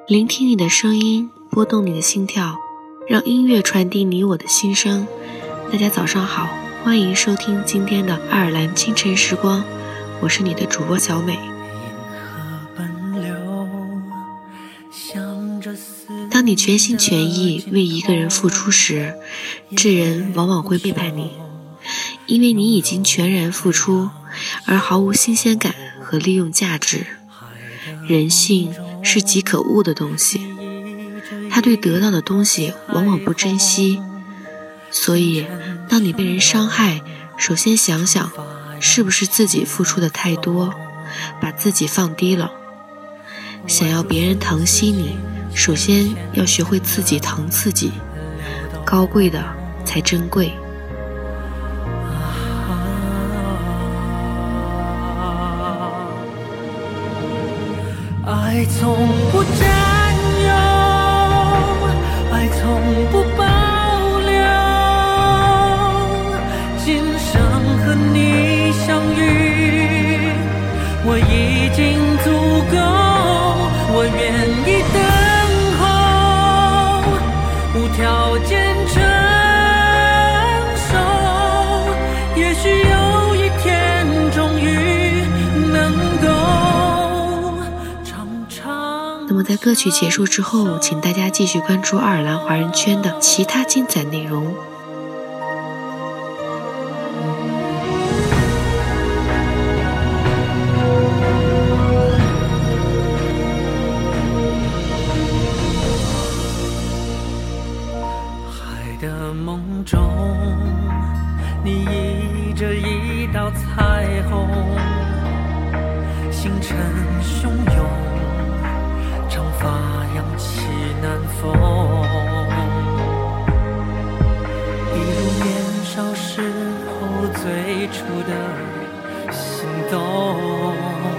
聆听你的声音，拨动你的心跳，让音乐传递你我的心声。大家早上好，欢迎收听今天的爱尔兰清晨时光，我是你的主播小美。当你全心全意为一个人付出时，这人往往会背叛你，因为你已经全然付出，而毫无新鲜感和利用价值。人性是极可恶的东西，他对得到的东西往往不珍惜，所以当你被人伤害，首先想想是不是自己付出的太多，把自己放低了。想要别人疼惜你，首先要学会自己疼自己，高贵的才珍贵。 爱从不占有，爱从不保留，今生和你相遇，我已经足够，我愿意等候，无条件承受，也许有一天终于能够。 那么在歌曲结束之后，请大家继续关注爱尔兰华人圈的其他精彩内容。 海的梦中，你倚着一道彩虹，星辰汹涌，长发扬起南风，一如年少时候最初的心动。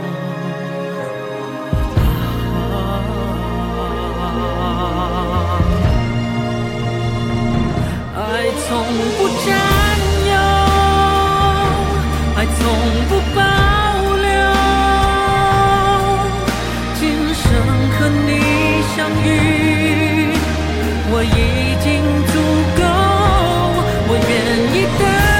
爱从不占有，爱从不保留，今生和你相遇，我已经足够，我愿意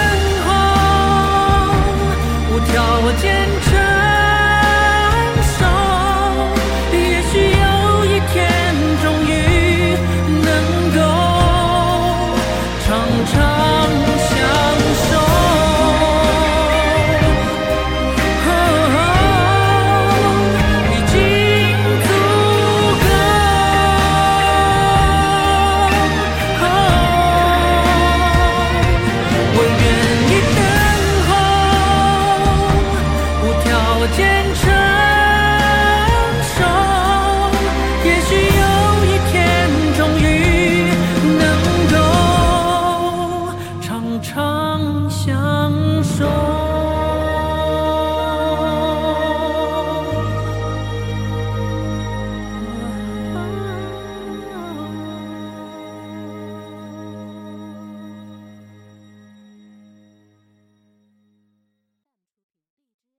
等候，无条件承受，也许有一天终于能够常常相守。我愿意等候，无条件承